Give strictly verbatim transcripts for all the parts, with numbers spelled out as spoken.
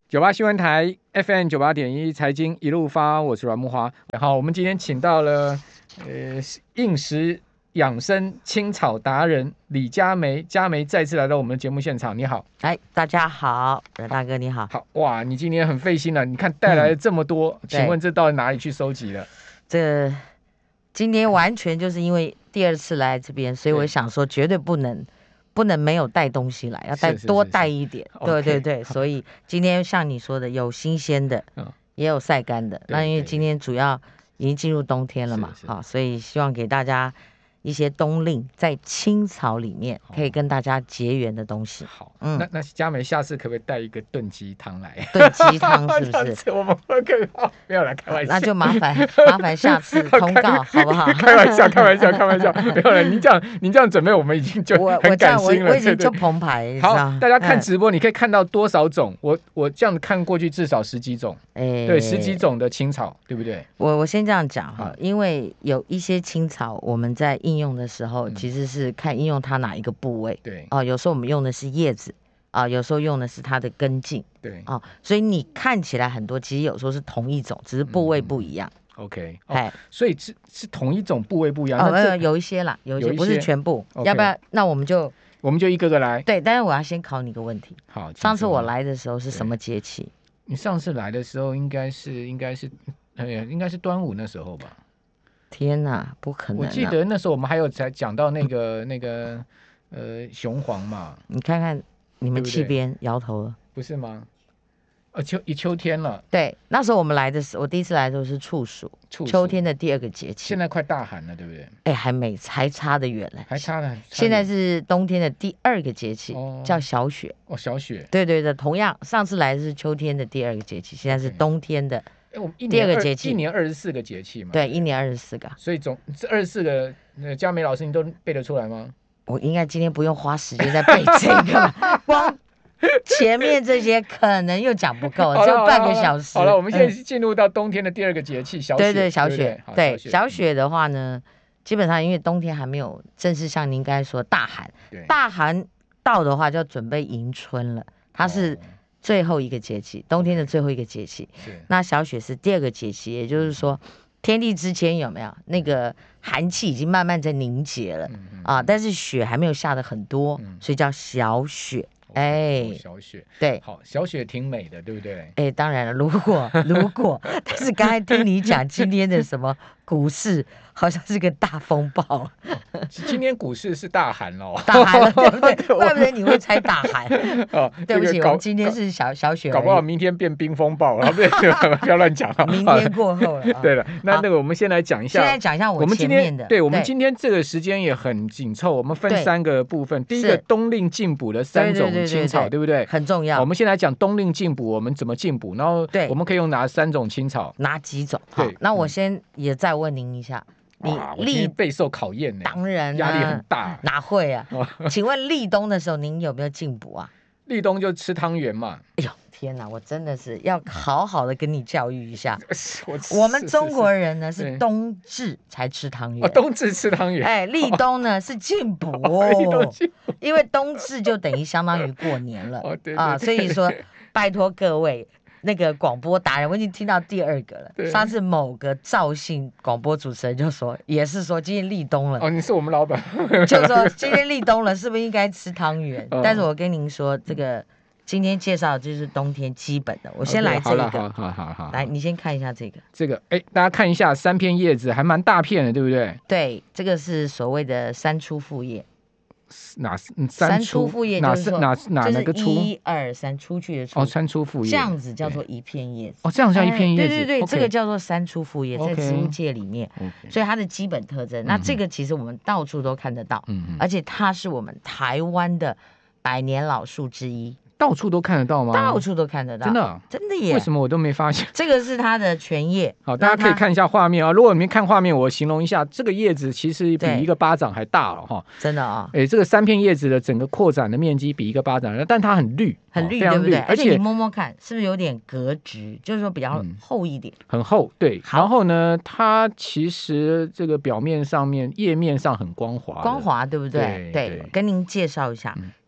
九八新闻台 F M 九八点一财经一路发，我是阮木华。好，我们今天请到了呃应食养生青草达人李佳梅，佳梅再次来到我们的节目现场。你好， 哎，大家好，阮大哥你好。 好哇，你今天很费心了，你看带来了这么多，嗯、请问这到哪里去收集了？ 这今天完全就是因为第二次来这边，所以我想说绝对不能。不能没有带东西来，要带多带一点。是是是是对对对， okay, 所以今天像你说的，有新鲜的，嗯、也有晒干的。那因为今天主要已经进入冬天了嘛，好，所以希望给大家一些冬令在青草里面可以跟大家结缘的东西。 好，嗯，那那佳梅下次可不可以带一个炖鸡汤来？ 炖鸡汤是不是？ 我们会更好，没有来开玩笑。 那就麻烦麻烦下次通告好不好？ 开玩笑，开玩笑，开玩笑，没有了。您这样您这样准备，我们已经就很感心了。 我我已经就澎湃。 好，大家看直播，你可以看到多少种？我我这样看过去至少十几种。哎，对，十几种的青草，对不对？ 我我先这样讲哈，因为有一些青草我们在应用的时候，其实是看应用它哪一个部位。对啊，有时候我们用的是叶子啊，有时候用的是它的根茎。对啊，所以你看起来很多，其实有时候是同一种，只是部位不一样。 嗯、OK， 哎、哦，所以是是同一种部位不一样。 哦，那有一些啦，有一些不是全部。要不要？那我们就我们就一个个来。 对，但是我要先考你个问题。好，上次我来的时候是什么节气？ 你上次来的时候应该是应该是哎呀，应该是端午那时候吧？ 天哪，不可能、啊！ 我记得那时候我们还有才讲到那个那个呃雄黄嘛。 你看看你们气边摇头了， 不是吗？呃，秋一秋天了。 对，那时候我们来的时候，我第一次来的时候是处暑，秋天的第二个节气。 现在快大寒了，对不对？ 哎，还没，还差得远了， 还差了。 现在是冬天的第二个节气，哦、叫小雪。 哦，小雪。 对对对，同样，上次来的是秋天的第二个节气，现在是冬天的。 哎，我们第二个节气，一年二十四个节气嘛。 对，一年二十四个。 所以总这二十四个，呃，佳梅老师你都背得出来吗？ 我应该今天不用花时间在背这个，光前面这些可能又讲不够，只有半个小时。 好了，我们现在进入到冬天的第二个节气，小雪。 对对，小雪。对， 小雪小雪的话呢，基本上因为冬天还没有正式像您刚才说大寒，大寒到的话就要准备迎春了，它是。最后一个节气，冬天的最后一个节气。那小雪是第二个节气，也就是说，天地之间有没有那个寒气已经慢慢在凝结了、嗯、啊？但是雪还没有下的很多、嗯，所以叫小雪。哎、 哦，小雪， 对， 好，小雪挺美的，对不对？ 哎，当然了，如果如果，但是刚才听你讲今天的什么股市，好像是个大风暴。 今天股市是大寒哦， 大寒了，对不对？怪不得你会猜大寒。哦，对不起，我们今天是小小雪， 搞不好明天变冰风暴了，不要乱讲。 明天过后了。 对了，那那个我们先来讲一下， 先来讲一下我们前面的。 对，我们今天这个时间也很紧凑，我们分三个部分。第一个冬令进补的三种青草，对不对？ 很重要。 我们先来讲冬令进补，我们怎么进补，然后我们可以用哪三种青草？ 哪几种？对，那我先也再问您一下。 你立备受考验呢， 当然、啊、 压力很大， 哪会啊？请问立冬的时候您有没有进补啊？ 立冬就吃汤圆嘛。 哎呦天哪，我真的是要好好的跟你教育一下。 我, 我们中国人呢是冬至才吃汤圆、 哦，冬至吃汤圆。 哎，立冬呢、哦、是进补哦，因为冬至就等于相当于过年了、哦、对对对啊，所以说拜托各位。那个广播达人，我已经听到第二个了。上次某个赵姓广播主持人就说，也是说今天立冬了。 哦，你是我们老板， 就说今天立冬了，是不是应该吃汤圆？哦、但是我跟您说，这个今天介绍的就是冬天基本的。我先来这个， 好了，好好好， 来，你先看一下这个。 这个，哎，大家看一下，三片叶子还蛮大片的，对不对？ 对，这个是所谓的三出复叶。 哪三出复叶就是说哪哪哪个出？ 一二三出去的出。 哦，三出复叶， 这样子叫做一片叶子。 哦，这样叫一片叶子。 对对对，这个叫做三出复叶，在植物界里面，所以它的基本特征。那这个其实我们到处都看得到，而且它是我们台湾的百年老树之一。 到处都看得到吗？ 到处都看得到， 真的、啊、 真的耶！ 为什么我都没发现？ 这个是它的全叶。 好，大家可以看一下画面啊。如果你们看画面，我形容一下，这个叶子其实比一个巴掌还大了哈。 真的啊！ 哎，这个三片叶子的整个扩展的面积比一个巴掌，但它很绿， 很绿，对不对？而且你摸摸看，是不是有点格局？就是说比较厚一点， 嗯、很厚。对。然后呢，它其实这个表面上面叶面上很光滑， 光滑，对不对？对。对，跟您介绍一下。嗯，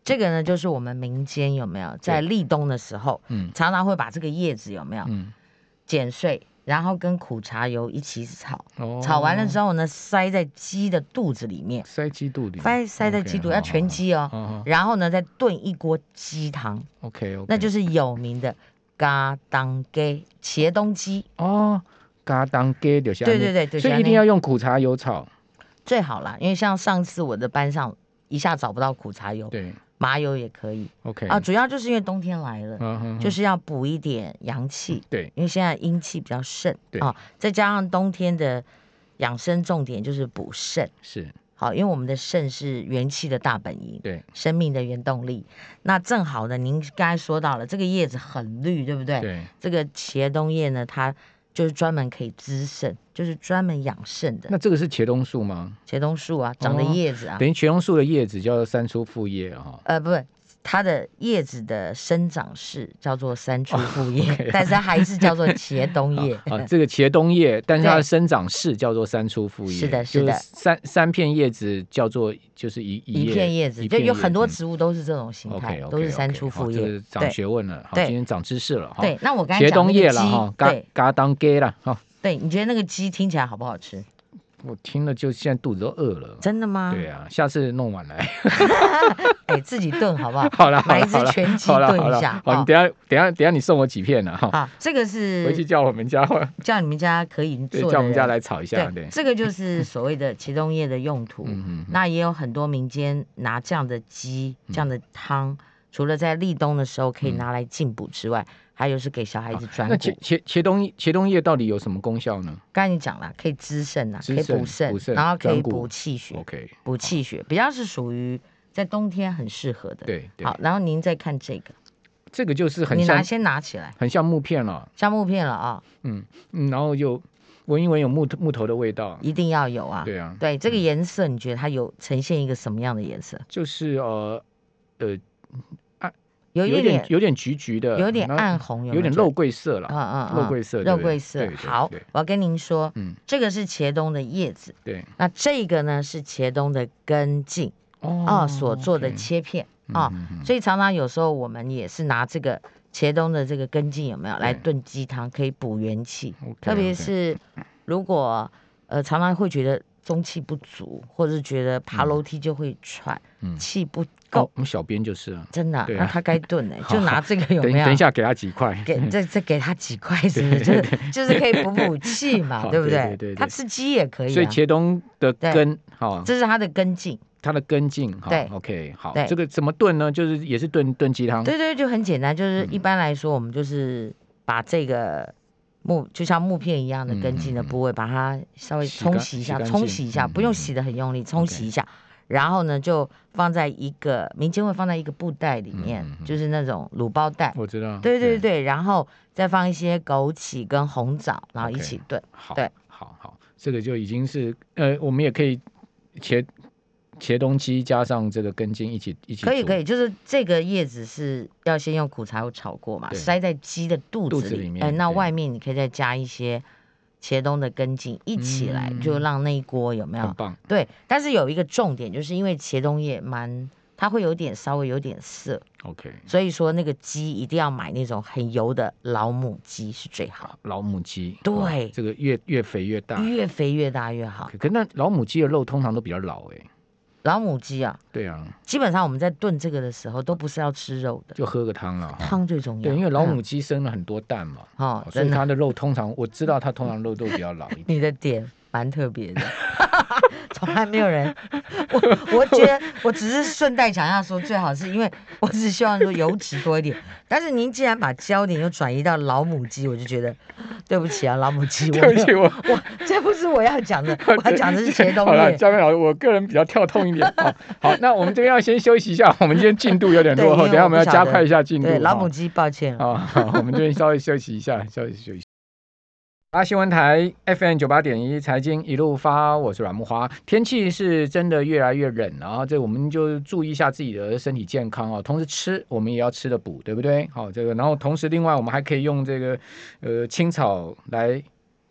这个呢，就是我们民间有没有在立冬的时候，嗯，常常会把这个叶子有没有，嗯，剪碎，然后跟苦茶油一起炒，哦、炒完了之后呢，塞在鸡的肚子里面， 塞鸡肚里面， 塞塞在鸡肚， okay, 要全鸡哦，好好好，然后呢，再炖一锅鸡汤 ，OK OK， 那就是有名的咖当鸡茄冬鸡哦，咖当鸡就是， 对对对， 所以一定要用苦茶油炒， 最好啦，因为像上次我的班上一下找不到苦茶油， 对。 麻油也可以 ，OK 啊，主要就是因为冬天来了，嗯、就是要补一点阳气， 对， 因为现在阴气比较盛，对啊，再加上冬天的养生重点就是补肾， 是好，因为我们的肾是元气的大本营， 对， 生命的原动力。那正好呢，您刚才说到了这个叶子很绿，对不对？ 对， 这个茄冬叶呢，它就是专门可以滋肾，就是专门养肾的。 那这个是茄冬树吗？ 茄冬树啊，长的叶子啊， 哦、等于茄冬树的叶子叫三出复叶啊、哦。 呃，不是，它的叶子的生长式叫做三出复叶，哦 okay、但是它还是叫做茄冬叶啊。这个茄冬叶，但是它的生长式叫做三出复叶。 是的，是的， 三三片叶子叫做就是一一片叶子，就有很多植物都是这种形态， okay, okay, 都是三出复叶。 这是长学问了，好，今天长知识了。 对，那我刚才讲茄冬叶了哈，咖咖当鸡了哈。 对，你觉得那个鸡听起来好不好吃？ 我听了就现在肚子都饿了。 真的吗？ 对啊，下次弄完来。 哎，自己炖好不好？ 好了， 买一只全鸡炖一下。 好，你等下等下等下你送我几片呢？哈。 好，这个是回去叫我们家， 叫你们家可以做的， 叫我们家来炒一下。对， 这个就是所谓的茄冬叶的用途。嗯那也有很多民间拿这样的鸡、这样的汤，除了在立冬的时候可以拿来进补之外。还有是给小孩子转骨。 那茄茄茄冬茄冬叶到底有什么功效呢？ 刚才你讲了，可以滋肾啊，可以补肾，然后可以补气血 ，OK， 补气血，比较是属于在冬天很适合的。 对， 好，然后您再看这个， 这个就是很像， 你拿先拿起来， 很像木片了， 像木片了啊。 嗯嗯，然后就闻一闻有木木头的味道， 一定要有啊。 对啊， 对这个颜色，你觉得它有呈现一个什么样的颜色？ 就是呃呃。 有一点有点橘橘的， 有点暗红，有有点肉桂色了， 嗯嗯，肉桂色， 肉桂色。好，我要跟您说，嗯，这个是茄冬的叶子， 对， 那这个呢是茄冬的根茎哦所做的切片啊，所以常常有时候我们也是拿这个茄冬的这个根茎有没有来炖鸡汤，可以补元气，特别是如果呃常常会觉得中气不足，或者是觉得爬楼梯就会喘，气不够， 我们小编就是啊， 真的、啊，那他该炖哎，就拿这个有没有？ 等一下给他几块， 给再再给他几块，是不是？就是就是可以补补气嘛，对不对？对对对，他吃鸡也可以、啊。 所以茄冬的根，好， 这是它的根茎， 它的根茎， 对 ，OK， 好，这个怎么炖呢？就是也是炖炖鸡汤， 对对，就很简单，就是一般来说，我们就是把这个。木就像木片一样的根茎的部位，把它稍微冲洗一下，冲洗一下，不用洗得很用力，冲洗一下，然后呢就放在一个民间会放在一个布袋里面，就是那种卤包袋， 我知道， 对对对，然后再放一些枸杞跟红枣，然后一起炖。 好，对，好好，这个就已经是呃，我们也可以茄茄冬鸡加上这个根茎一起一起， 可以可以，就是这个叶子是要先用苦茶油炒过嘛，塞在鸡的肚子 里, 肚子里面，哎、呃，那外面你可以再加一些茄冬的根茎一起来，嗯、就让那一锅有没有？ 很棒。 对，但是有一个重点，就是因为茄冬叶蛮，它会有点稍微有点涩 ，OK， 所以说那个鸡一定要买那种很油的老母鸡是最好。 老母鸡， 对， 这个越越肥越大， 越肥越大越好。 可是那老母鸡的肉通常都比较老哎、欸。 老母鸡啊， 对啊， 基本上我们在炖这个的时候都不是要吃肉的， 就喝个汤了， 汤最重要。 对，因为老母鸡生了很多蛋嘛，哦，所以它的肉通常我知道它通常肉都比较老一点。 你的点蛮特别的，从来没有人，我我觉得我只是顺带讲一下说，最好是因为我只是希望说油脂多一点，但是您既然把焦点又转移到老母鸡，我就觉得对不起啊，老母鸡， 对不起我我这不是我要讲的，我要讲的是茄冬叶。 好了，嘉宾老师，我个人比较跳痛一点，好，好，那我们这边要先休息一下，我们今天进度有点落后，等一下我们要加快一下进度。 对，老母鸡，抱歉啊，好，我们这边稍微休息一下，稍微休息。八新闻台 F M 九八点一财经一路发，我是阮木华。天气是真的越来越冷，然后这我们就注意一下自己的身体健康啊。同时吃，我们也要吃的补，对不对？好，这个然后同时另外我们还可以用这个呃青草来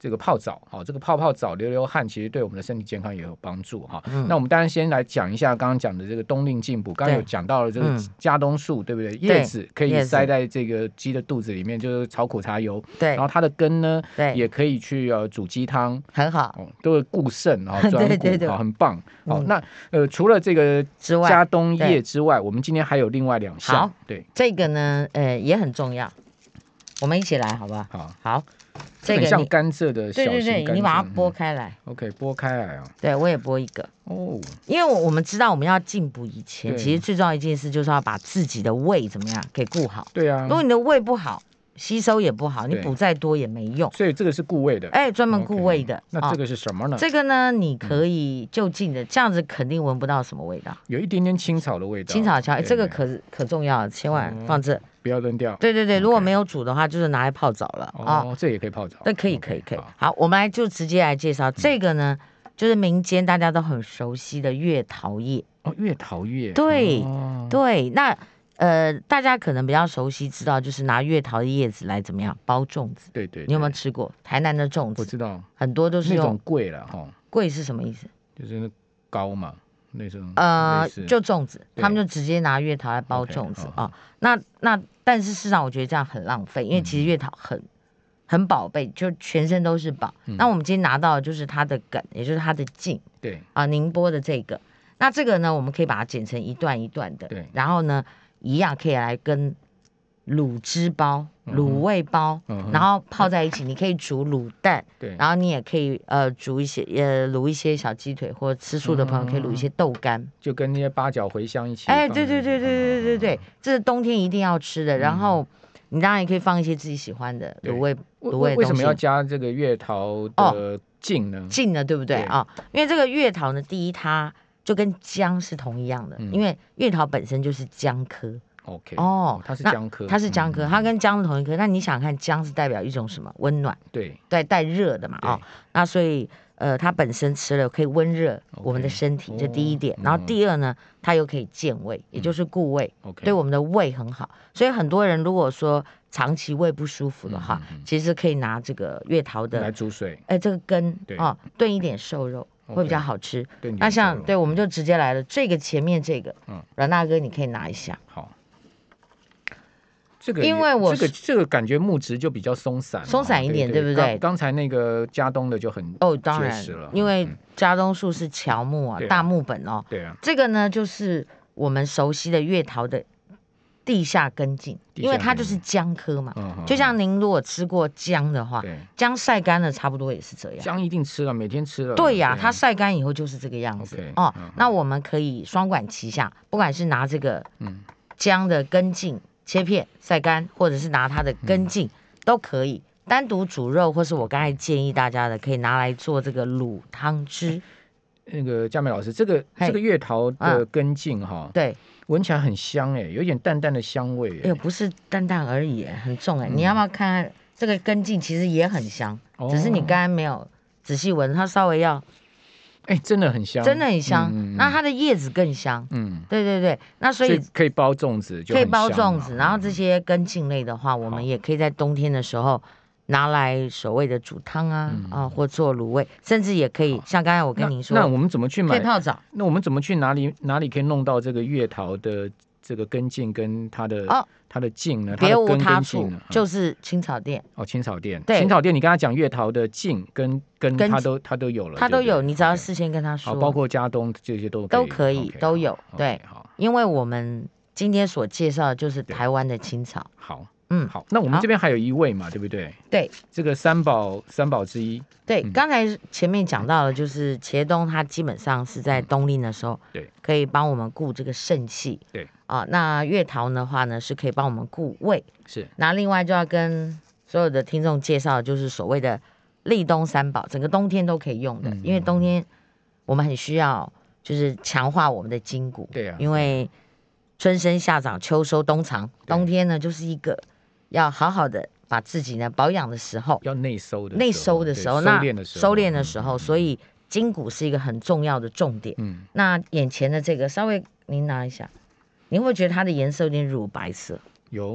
这个泡澡，好，这个泡泡澡、流流汗，其实对我们的身体健康也有帮助哈。 嗯、 那我们当然先来讲一下刚刚讲的这个冬令进补，刚刚有讲到了这个加冬树，对不对？叶子可以塞在这个鸡的肚子里面，就是炒苦茶油。 对， 然后它的根呢， 对， 也可以去呃煮鸡汤， 很好， 哦、都会固肾啊，转骨， 对对好，很棒。好、 嗯， 那呃除了这个加冬叶之外， 我们今天还有另外两项。 好， 对， 这个呢，呃，也很重要，我们一起来好不好？ 好， 好。 这个很像甘蔗的小型甘蔗， 对对对，你把它剥开来。 嗯、OK， 剥开来啊。 对，我也剥一个哦。因为我们知道我们要进补以前，其实最重要一件事就是要把自己的胃怎么样给顾好。 对啊， 如果你的胃不好，吸收也不好，你补再多也没用。 所以这个是顾胃的， 哎，专门顾胃的。 Okay, 那这个是什么呢？ 哦、这个呢，你可以就近的，这样子肯定闻不到什么味道， 有一点点青草的味道。 青草香，哎，这个可可重要了，千万放这。 不要扔掉。 对对对， okay, 如果没有煮的话，就是拿来泡澡了。 哦，哦这也可以泡澡。 对，可以可以可以。好，我们来就直接来介绍、嗯、这个呢，就是民间大家都很熟悉的月桃叶。 哦，月桃叶。 对、 哦、 对，那呃，大家可能比较熟悉，知道就是拿月桃的叶子来怎么样包粽子。 对 对, 对。 你有没有吃过台南的粽子？ 我知道， 很多都是用那种桂了哈。 桂是什么意思？ 就是那糕嘛。那种呃，就粽子，他们就直接拿月桃来包粽子啊、哦。那那，但是事实上我觉得这样很浪费，因为其实月桃很、嗯、很宝贝，就全身都是宝、嗯。那我们今天拿到的就是它的梗，也就是它的茎，对啊、呃，宁波的这个。那这个呢，我们可以把它剪成一段一段的，对，然后呢，一样可以来跟卤汁包、卤味包、嗯，然后泡在一起。你可以煮卤蛋，对，然后你也可以呃煮一些呃卤一些小鸡腿，或者吃素的朋友可以卤一些豆干， 就跟那些八角茴香一起。 哎，对对对对对对对，这是冬天一定要吃的。然后你当然也可以放一些自己喜欢的卤味卤味。 为什么要加这个月桃的茎呢？ 茎呢，对不对啊？因为这个月桃呢，第一它就跟姜是同一样的，因为月桃本身就是姜科。 OK， 哦，它是姜科， 它是姜科、嗯，它跟姜是同一科。那你想看，姜是代表一种什么？温暖，对，对，带热的嘛，哦，那所以呃，它本身吃了可以温热我们的身体， okay, 这第一点。然后第二呢，它又可以健胃，也就是固胃，嗯、对我们的胃很好。所以很多人如果说长期胃不舒服的话，嗯嗯嗯、其实可以拿这个月桃的来煮水， 哎、呃，这个根哦，炖一点瘦肉。会比较好吃。Okay, 那像对，我们就直接来了。这个前面这个，嗯，阮大哥你可以拿一下。 好。这个因为我这个这个感觉木质就比较松散， 松散一点，对, 对不对？ 刚才那个加冬的就很哦，当然，因为加冬树是乔木啊，大木本哦。对啊。这个呢，就是我们熟悉的月桃的地下根茎，因为它就是姜科嘛。嗯。就像您如果吃过姜的话，姜晒干了差不多也是这样。 姜一定吃了，每天吃了。 对呀、啊，它晒干以后就是这个样子。Okay, 哦、嗯，那我们可以双管齐下，不管是拿这个姜的根茎。切片晒干，或者是拿它的根茎、嗯、都可以单独煮肉，或是我刚才建议大家的，可以拿来做这个卤汤汁。 那个佳美老师，这个这个月桃的根茎哈、嗯，对，闻起来很香哎，有一点淡淡的香味哎， 哎不是淡淡而已，很重哎、嗯。你要不要看看这个根茎？其实也很香，哦、只是你刚才没有仔细闻，它稍微要。 哎、欸，真的很香， 真的很香。嗯、那它的叶子更香。嗯，对对对。那所以, 所以可以包粽子就， 可以包粽子。然后这些根茎类的话，我们也可以在冬天的时候拿来所谓的煮汤啊、嗯、啊，或做卤味，甚至也可以像刚才我跟您说， 那, 那我们怎么去买？ 可以泡澡。 那我们怎么去哪里哪里可以弄到这个月桃的这个根茎跟它的哦？它的茎呢？ 别无他处，就是青草店哦。青草店，对，青草店，你跟他讲月桃的茎跟跟它都它都有了， 它都有，你只要事先跟他说， 包括加冬这些都都可以， okay, 都有。对，好，因为我们今天所介绍的就是台湾的青草。 好，嗯，好，那我们这边还有一味嘛，对不对？ 对， 这个三宝三宝之一。 对，刚、嗯、才前面讲到了，就是茄冬，它基本上是在冬令的时候，对，可以帮我们固这个肾气。对。啊，那月桃的话呢，是可以帮我们固胃。是。那另外就要跟所有的听众介绍，就是所谓的立冬三宝，整个冬天都可以用的，嗯、因为冬天我们很需要，就是强化我们的筋骨。对啊。因为春生夏长，秋收冬藏，冬天呢就是一个要好好的把自己呢保养的时候， 要内收的内收的时候，那收敛的时候，所以筋骨是一个很重要的重点。嗯。那眼前的这个，稍微您拿一下。你会不会觉得它的颜色有点乳白色？ 有，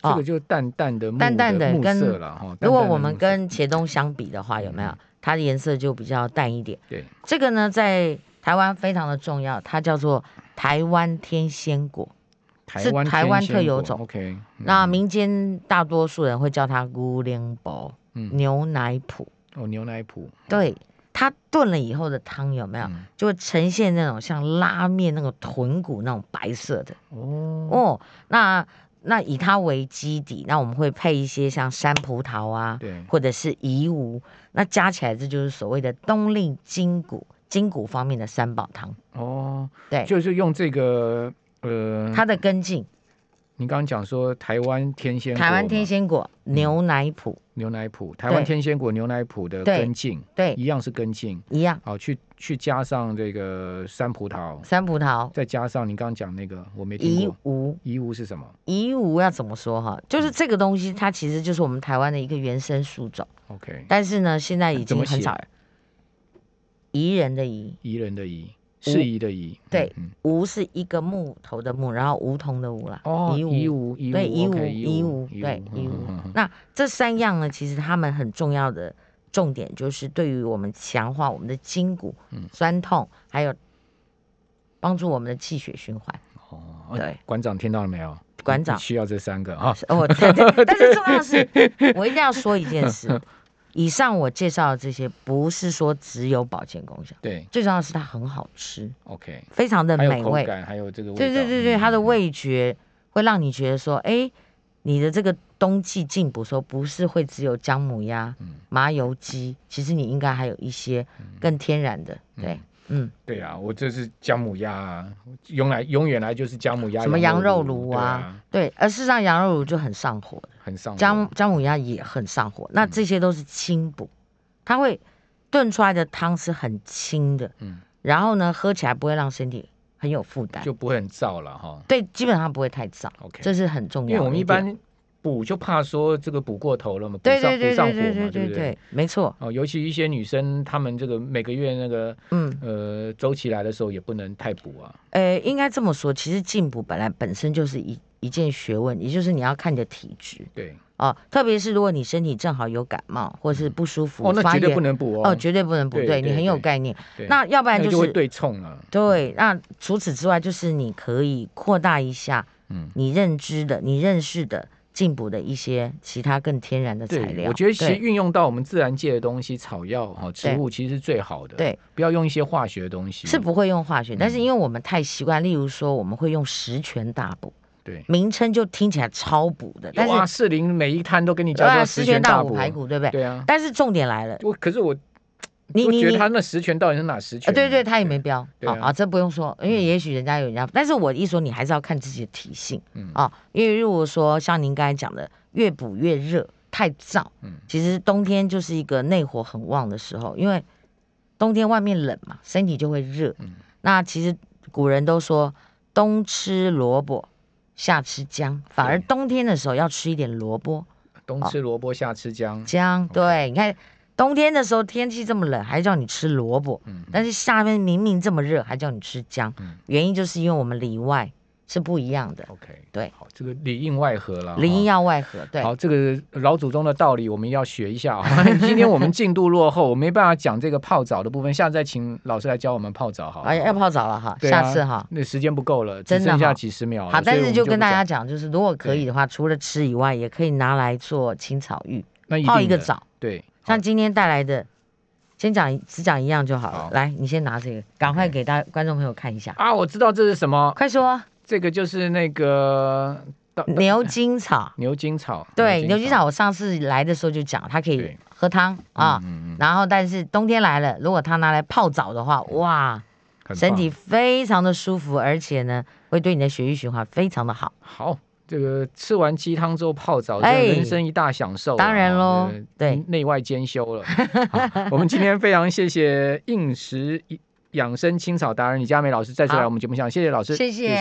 这个就淡淡的木淡淡的木跟色了哈。 如果我们跟茄冬相比的话，有没有？它的颜色就比较淡一点。 对， 这个呢，在台湾非常的重要，它叫做台湾天仙果， 台湾是台湾特有种。 OK，、嗯、 那民间大多数人会叫它龟苓煲、嗯、牛奶脯。 哦，牛奶脯。 对，它炖了以后的汤有没有，嗯、就会呈现那种像拉面那种豚骨那种白色的。哦哦，那。那以它为基底，那我们会配一些像山葡萄啊， 对， 或者是夷吾，那加起来这就是所谓的冬令筋骨筋骨方面的三宝汤。 哦， 对， 就是用这个呃， 它的根茎。 你刚刚讲说台湾天仙果， 台湾天仙果牛奶脯、嗯， 牛奶脯，台湾天仙果牛奶脯的根茎， 对， 一样是根茎， 一样。 好，去去加上这个山葡萄， 山葡萄， 再加上你刚刚讲那个我没听过， 夷吾， 夷吾是什么？ 夷吾要怎么说哈？就是这个东西，它其实就是我们台湾的一个原生树种。 OK， 但是呢，现在已经很少。夷人的夷， 夷人的夷。适宜的宜， 对，梧、嗯、是一个木头的木，然后梧桐的梧啦， 哦，夷吾， 对，夷吾， 夷吾，对，夷吾。那这三样呢，其实它们很重要的重点就是对于我们强化我们的筋骨、嗯、酸痛，还有帮助我们的气血循环。 哦，对，馆长听到了没有？ 馆长需要这三个啊。 哦，对对，但是重要的是，我一定要说一件事。以上我介绍的这些，不是说只有保健功效， 对， 最重要的是它很好吃 ，OK， 非常的美味， 还有口感，还有这个味道， 对对对对，它的味觉会让你觉得说，哎，你的这个冬季进补的时候，不是会只有姜母鸭、嗯、麻油鸡，其实你应该还有一些更天然的，嗯、对。嗯， 对啊，我这是姜母鸭啊，永来永远来就是姜母鸭， 什么羊肉炉啊，啊对，而事实上羊肉炉就很上火的， 很上火， 姜姜母鸭也很上火，那这些都是清补，它会炖出来的汤是很清的，嗯，然后呢，喝起来不会让身体很有负担， 就不会很燥了哈， 对，基本上不会太燥 ，OK， 这是很重要的， 因为我们一般。补就怕说这个补过头了嘛， 对对对补上火嘛， 对对不对？ 没错。 哦，尤其一些女生，她们这个每个月那个，嗯，呃，周期来的时候也不能太补啊。 呃，应该这么说，其实进补本来本身就是一一件学问，也就是你要看你的体质。 对。 哦，特别是如果你身体正好有感冒或是不舒服， 哦，那绝对不能补哦。 哦，绝对不能补，对, 对, 对你很有概念。那要不然就是就会对冲了。 对，那除此之外，就是你可以扩大一下，嗯，你认知的、你认识的。进补的一些其他更天然的材料， 我觉得其实运用到我们自然界的东西，草药哈、植物其实是最好的。 对， 不要用一些化学的东西。 是不会用化学，嗯、但是因为我们太习惯，例如说我们会用十全大补， 对， 名称就听起来超补的。但是哇，士林每一摊都跟你叫做十全大补排骨，对不对？ 对啊。 但是重点来了， 我可是我。 你你觉得他那十全到底是哪十全、 呃？对对，他也没标， 啊、 哦，这不用说，因为也许人家有人家，但是我一说你还是要看自己的体性，嗯啊、哦，因为如果说像您刚才讲的，越补越热，太燥，嗯，其实冬天就是一个内火很旺的时候，因为冬天外面冷嘛，身体就会热，嗯，那其实古人都说冬吃萝卜，夏吃姜，反而冬天的时候要吃一点萝卜， 冬吃萝卜，夏吃姜， 姜，对，你看。冬天的时候天气这么冷，还叫你吃萝卜，嗯、但是下面明明这么热，还叫你吃姜，嗯、原因就是因为我们里外是不一样的。 OK， 对， 好，这个里应外合了， 里应要外合，对。 好，这个老祖宗的道理我们要学一下啊。今天我们进度落后，我没办法讲这个泡澡的部分，下次再请老师来教我们泡澡好。 哎，要泡澡了哈， 啊、 下次哈， 那时间不够了，只剩下几十秒了。 好，但是就跟大家讲，就是如果可以的话，除了吃以外，也可以拿来做青草浴，泡一个澡。 对， 像今天带来的。先讲只讲一样就好了。好，来，你先拿这个，赶快给大家观众朋友看一下啊！我知道这是什么， 快说。 这个就是那个牛筋草。 牛筋草， 对，牛筋草，我上次来的时候就讲，它可以喝汤啊。嗯嗯、然后，但是冬天来了，如果它拿来泡澡的话，哇，身体非常的舒服，而且呢，会对你的血液循环非常的好。 好。这个吃完鸡汤之后泡澡，哎，人生一大享受。 当然喽，对， 内外兼修了。我们今天非常谢谢应时养生青草达人李佳美老师再次来我们节目上，谢谢老师， 谢谢。